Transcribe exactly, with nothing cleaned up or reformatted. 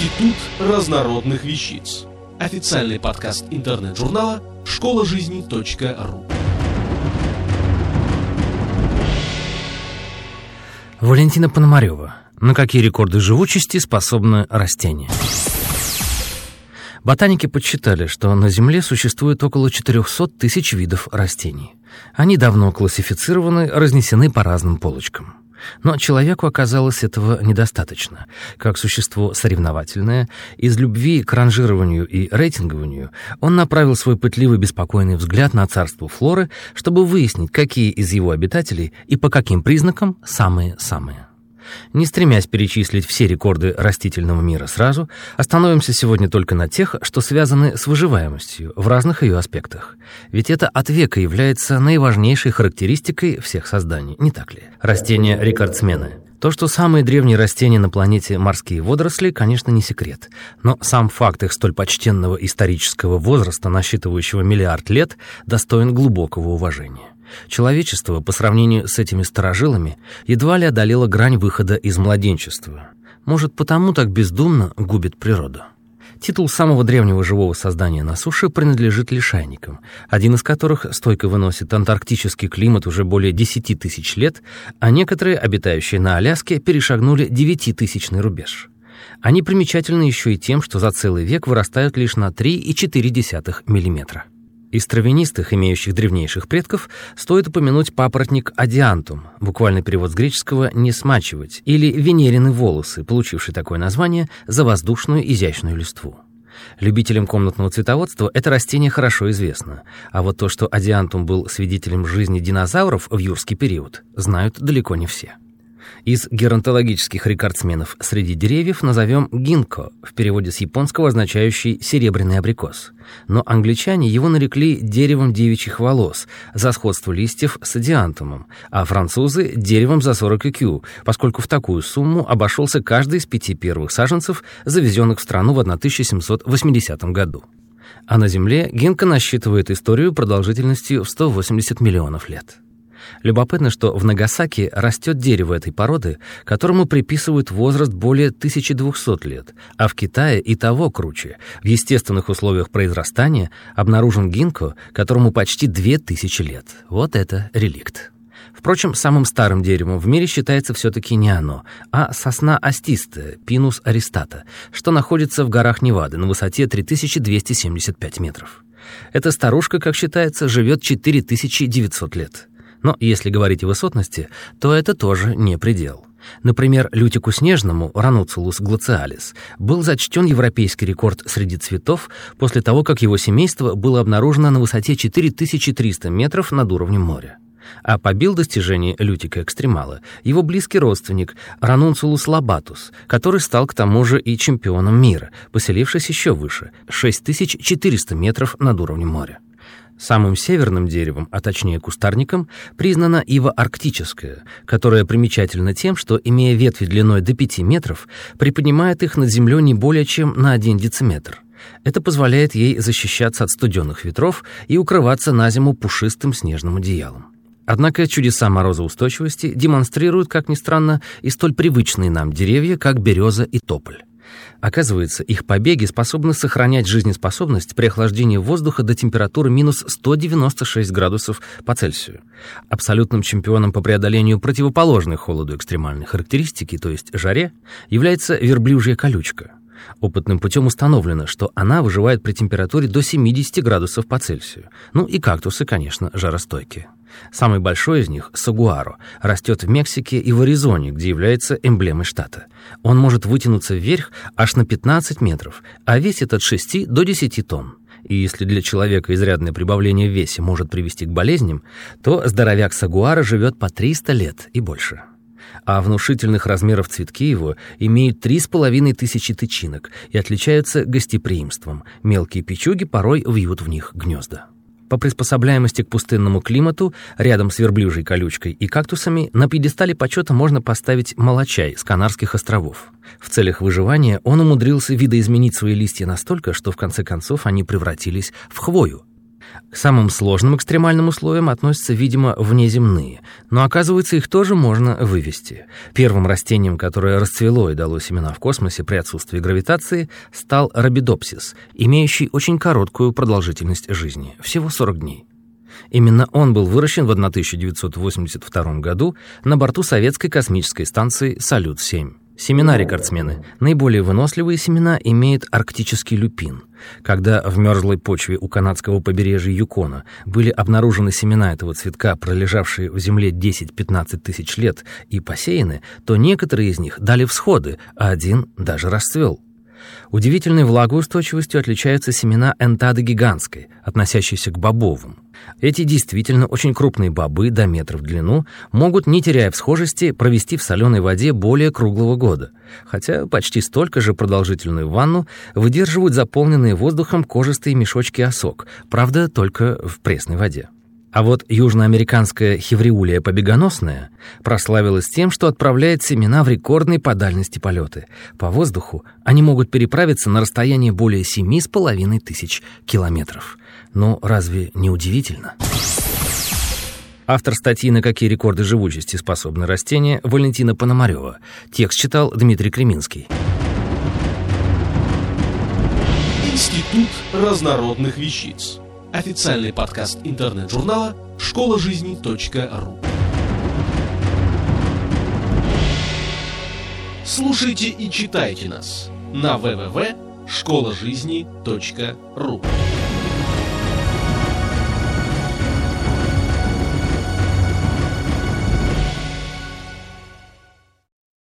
Институт разнородных вещиц. Официальный подкаст интернет-журнала школа жизни точка ру. Валентина Пономарева. На какие рекорды живучести способны растения? Ботаники подсчитали, что на Земле существует около четыреста тысяч видов растений. Они давно классифицированы, разнесены по разным полочкам. Но человеку оказалось этого недостаточно. Как существо соревновательное, из любви к ранжированию и рейтингованию он направил свой пытливый беспокойный взгляд на царство флоры, чтобы выяснить, какие из его обитателей и по каким признакам самые-самые. Не стремясь перечислить все рекорды растительного мира сразу, остановимся сегодня только на тех, что связаны с выживаемостью в разных ее аспектах. Ведь это от века является наиважнейшей характеристикой всех созданий, не так ли? Растения-рекордсмены. То, что самые древние растения на планете морские водоросли, конечно, не секрет. Но сам факт их столь почтенного исторического возраста, насчитывающего миллиард лет, достоин глубокого уважения. Человечество, по сравнению с этими старожилами, едва ли одолело грань выхода из младенчества. Может, потому так бездумно губит природу. Титул самого древнего живого создания на суше принадлежит лишайникам, один из которых стойко выносит антарктический климат уже более десяти тысяч лет, а некоторые, обитающие на Аляске, перешагнули девятитысячный рубеж. Они примечательны еще и тем, что за целый век вырастают лишь на три целых четыре десятых миллиметра. Из травянистых, имеющих древнейших предков, стоит упомянуть папоротник адиантум, буквальный перевод с греческого «не смачивать», или венерины волосы, получивший такое название за воздушную изящную листву. Любителям комнатного цветоводства это растение хорошо известно, а вот то, что адиантум был свидетелем жизни динозавров в юрский период, знают далеко не все. Из геронтологических рекордсменов среди деревьев назовем гинко, в переводе с японского означающий «серебряный абрикос». Но англичане его нарекли деревом девичьих волос за сходство листьев с адиантумом, а французы — деревом за сорок икю, поскольку в такую сумму обошелся каждый из пяти первых саженцев, завезенных в страну в тысяча семьсот восьмидесятом году. А на Земле гинко насчитывает историю продолжительностью в сто восемьдесят миллионов лет. Любопытно, что в Нагасаки растет дерево этой породы, которому приписывают возраст более тысячи двухсот лет, а в Китае и того круче. В естественных условиях произрастания обнаружен гинко, которому почти две тысячи лет. Вот это реликт. Впрочем, самым старым деревом в мире считается все-таки не оно, а сосна остистая, Pinus auristata, что находится в горах Невады на высоте три тысячи двести семьдесят пять метров. Эта старушка, как считается, живет четыре тысячи девятьсот лет. Но если говорить о высотности, то это тоже не предел. Например, лютику снежному, Рануцулус глациалис, был зачтен европейский рекорд среди цветов после того, как его семейство было обнаружено на высоте четыре тысячи триста метров над уровнем моря. А побил достижение лютика экстремала его близкий родственник Ранунцулус лобатус, который стал к тому же и чемпионом мира, поселившись еще выше, шесть тысяч четыреста метров над уровнем моря. Самым северным деревом, а точнее кустарником, признана ива арктическая, которая примечательна тем, что, имея ветви длиной до пяти метров, приподнимает их над землей не более чем на один дециметр. Это позволяет ей защищаться от студенных ветров и укрываться на зиму пушистым снежным одеялом. Однако чудеса морозоустойчивости демонстрируют, как ни странно, и столь привычные нам деревья, как береза и тополь. Оказывается, их побеги способны сохранять жизнеспособность при охлаждении воздуха до температуры минус сто девяносто шесть градусов по Цельсию. Абсолютным чемпионом по преодолению противоположной холоду экстремальной характеристики, то есть жаре, является верблюжья колючка. Опытным путем установлено, что она выживает при температуре до семидесяти градусов по Цельсию. Ну и кактусы, конечно, жаростойкие. Самый большой из них, сагуаро, растет в Мексике и в Аризоне, где является эмблемой штата. Он может вытянуться вверх аж на пятнадцать метров, а весит от шести до десяти тонн. И если для человека изрядное прибавление в весе может привести к болезням, то здоровяк сагуаро живет по триста лет и больше. А внушительных размеров цветки его имеют три с половиной тысячи тычинок и отличаются гостеприимством. Мелкие печуги порой вьют в них гнезда. По приспособляемости к пустынному климату, рядом с верблюжьей колючкой и кактусами, на пьедестале почета можно поставить молочай с Канарских островов. В целях выживания он умудрился видоизменить свои листья настолько, что в конце концов они превратились в хвою. К самым сложным экстремальным условиям относятся, видимо, внеземные, но, оказывается, их тоже можно вывести. Первым растением, которое расцвело и дало семена в космосе при отсутствии гравитации, стал рабидопсис, имеющий очень короткую продолжительность жизни, всего сорок дней. Именно он был выращен в тысяча девятьсот восемьдесят втором году на борту советской космической станции «Салют-семь». Семена-рекордсмены. Наиболее выносливые семена имеет арктический люпин. Когда в мерзлой почве у канадского побережья Юкона были обнаружены семена этого цветка, пролежавшие в земле десять-пятнадцать тысяч лет и посеяны, то некоторые из них дали всходы, а один даже расцвел. Удивительной влагоустойчивостью отличаются семена энтады гигантской, относящиеся к бобовым. Эти действительно очень крупные бобы до метра в длину могут, не теряя всхожести, провести в соленой воде более круглого года, хотя почти столько же продолжительную ванну выдерживают заполненные воздухом кожистые мешочки осок, правда, только в пресной воде. А вот южноамериканская хевриулия побегоносная прославилась тем, что отправляет семена в рекордные по дальности полеты. По воздуху они могут переправиться на расстояние более семи с половиной тысяч километров. Но разве не удивительно? Автор статьи «На какие рекорды живучести способны растения» Валентина Пономарёва. Текст читал Дмитрий Креминский. Институт разнородных вещиц. Официальный подкаст интернет-журнала школа жизни точка ру. Слушайте и читайте нас на дабл ю дабл ю дабл ю точка школа жизни точка ру.